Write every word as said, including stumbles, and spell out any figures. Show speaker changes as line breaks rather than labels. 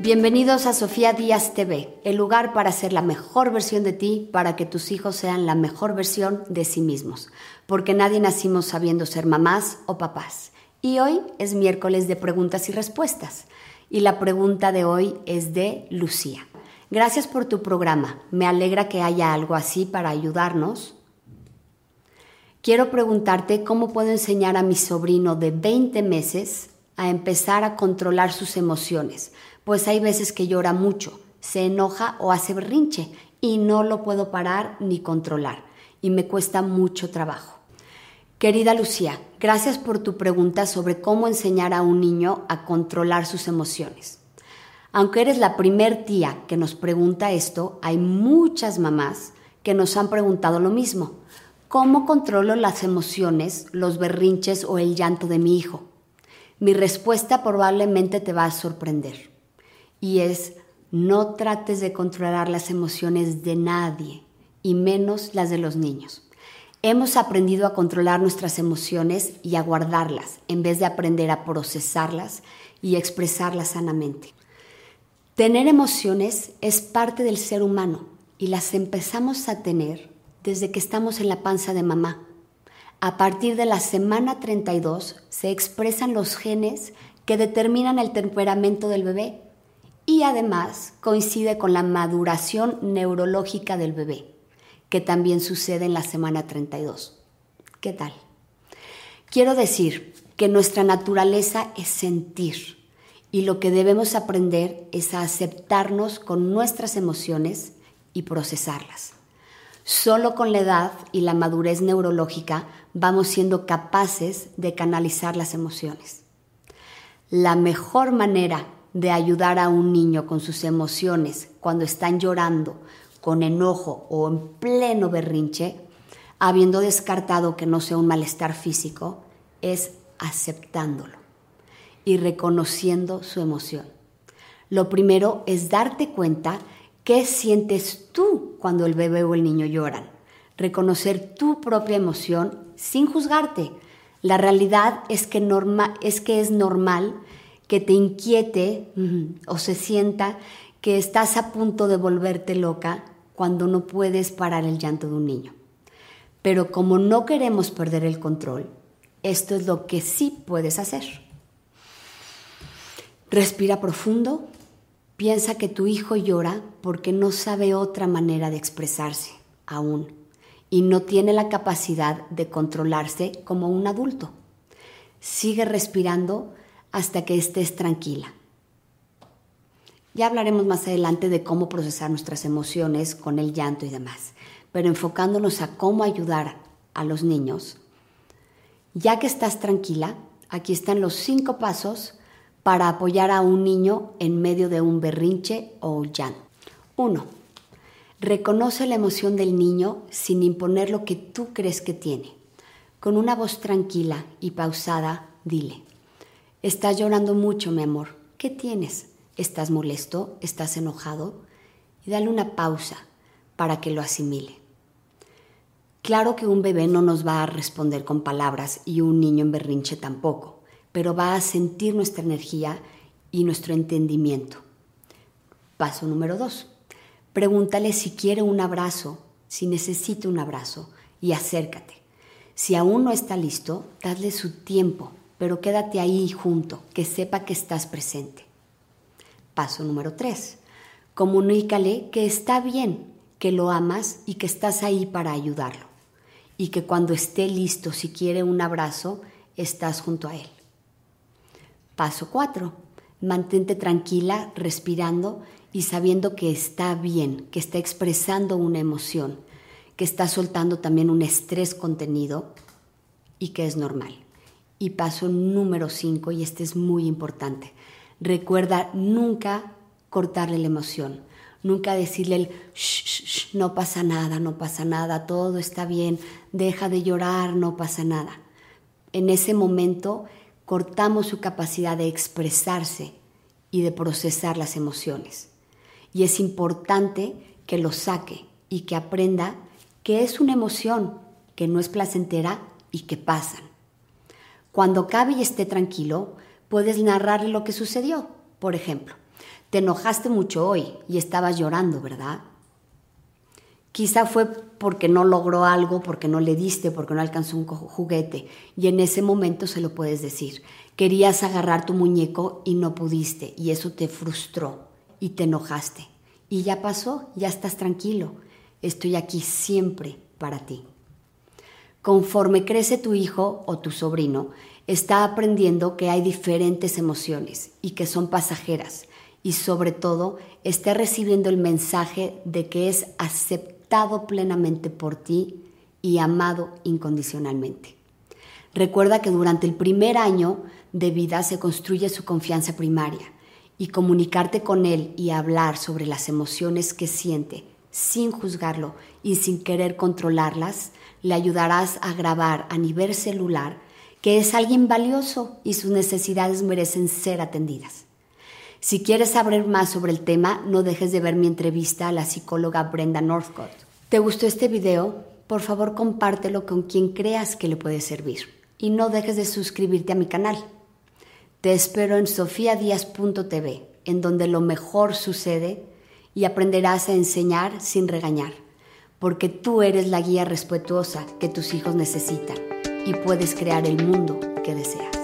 Bienvenidos a Sofía Díaz T V, el lugar para ser la mejor versión de ti, para que tus hijos sean la mejor versión de sí mismos, porque nadie nacimos sabiendo ser mamás o papás. Y hoy es miércoles de preguntas y respuestas, y la pregunta de hoy es de Lucía. Gracias por tu programa, me alegra que haya algo así para ayudarnos. Quiero preguntarte cómo puedo enseñar a mi sobrino de veinte meses a empezar a controlar sus emociones, pues hay veces que llora mucho, se enoja o hace berrinche y no lo puedo parar ni controlar y me cuesta mucho trabajo. Querida Lucía, gracias por tu pregunta sobre cómo enseñar a un niño a controlar sus emociones. Aunque eres la primer tía que nos pregunta esto, hay muchas mamás que nos han preguntado lo mismo. ¿Cómo controlo las emociones, los berrinches o el llanto de mi hijo? Mi respuesta probablemente te va a sorprender. Y es, no trates de controlar las emociones de nadie, y menos las de los niños. Hemos aprendido a controlar nuestras emociones y a guardarlas, en vez de aprender a procesarlas y expresarlas sanamente. Tener emociones es parte del ser humano y las empezamos a tener desde que estamos en la panza de mamá. A partir de la semana treinta y dos se expresan los genes que determinan el temperamento del bebé y además coincide con la maduración neurológica del bebé, que también sucede en la semana treinta y dos. ¿Qué tal? Quiero decir que nuestra naturaleza es sentir y lo que debemos aprender es a aceptarnos con nuestras emociones y procesarlas. Solo con la edad y la madurez neurológica vamos siendo capaces de canalizar las emociones. La mejor manera de ayudar a un niño con sus emociones cuando están llorando, con enojo o en pleno berrinche, habiendo descartado que no sea un malestar físico, es aceptándolo y reconociendo su emoción. Lo primero es darte cuenta qué sientes tú cuando el bebé o el niño lloran. Reconocer tu propia emoción sin juzgarte. La realidad es que, norma, es que es normal que te inquiete uh, o se sienta que estás a punto de volverte loca cuando no puedes parar el llanto de un niño. Pero como no queremos perder el control, esto es lo que sí puedes hacer. Respira profundo. Piensa que tu hijo llora porque no sabe otra manera de expresarse aún y no tiene la capacidad de controlarse como un adulto. Sigue respirando hasta que estés tranquila. Ya hablaremos más adelante de cómo procesar nuestras emociones con el llanto y demás, pero enfocándonos a cómo ayudar a los niños. Ya que estás tranquila, aquí están los cinco pasos para apoyar a un niño en medio de un berrinche o llanto. uno. Reconoce la emoción del niño sin imponer lo que tú crees que tiene. Con una voz tranquila y pausada, dile: estás llorando mucho, mi amor. ¿Qué tienes? ¿Estás molesto? ¿Estás enojado? Y dale una pausa para que lo asimile. Claro que un bebé no nos va a responder con palabras y un niño en berrinche tampoco, pero va a sentir nuestra energía y nuestro entendimiento. Paso número dos. Pregúntale si quiere un abrazo, si necesita un abrazo, y acércate. Si aún no está listo, dale su tiempo, pero quédate ahí junto, que sepa que estás presente. Paso número tres. Comunícale que está bien, que lo amas y que estás ahí para ayudarlo, y que cuando esté listo, si quiere un abrazo, estás junto a él. Paso cuatro. Mantente tranquila, respirando y sabiendo que está bien, que está expresando una emoción, que está soltando también un estrés contenido y que es normal. Y paso número cinco, y este es muy importante. Recuerda nunca cortarle la emoción, nunca decirle el shh, shh, shh, no pasa nada, no pasa nada, todo está bien, deja de llorar, no pasa nada. En ese momento cortamos su capacidad de expresarse y de procesar las emociones. Y es importante que lo saque y que aprenda que es una emoción, que no es placentera y que pasan. Cuando acabe y esté tranquilo, puedes narrarle lo que sucedió. Por ejemplo, Te enojaste mucho hoy y estabas llorando, ¿verdad? Quizá fue porque no logró algo, porque no le diste, porque no alcanzó un juguete. Y en ese momento se lo puedes decir. Querías agarrar tu muñeco y no pudiste. Y eso te frustró y te enojaste. Y ya pasó, ya estás tranquilo. Estoy aquí siempre para ti. Conforme crece tu hijo o tu sobrino, está aprendiendo que hay diferentes emociones y que son pasajeras. Y sobre todo, está recibiendo el mensaje de que es aceptado plenamente por ti y amado incondicionalmente. Recuerda que durante el primer año de vida se construye su confianza primaria y comunicarte con él y hablar sobre las emociones que siente sin juzgarlo y sin querer controlarlas, le ayudarás a grabar a nivel celular que es alguien valioso y sus necesidades merecen ser atendidas. Si quieres saber más sobre el tema, no dejes de ver mi entrevista a la psicóloga Brenda Northcott. ¿Te gustó este video? Por favor, compártelo con quien creas que le puede servir. Y no dejes de suscribirte a mi canal. Te espero en sofia díaz punto t v, en donde lo mejor sucede y aprenderás a enseñar sin regañar, porque tú eres la guía respetuosa que tus hijos necesitan y puedes crear el mundo que deseas.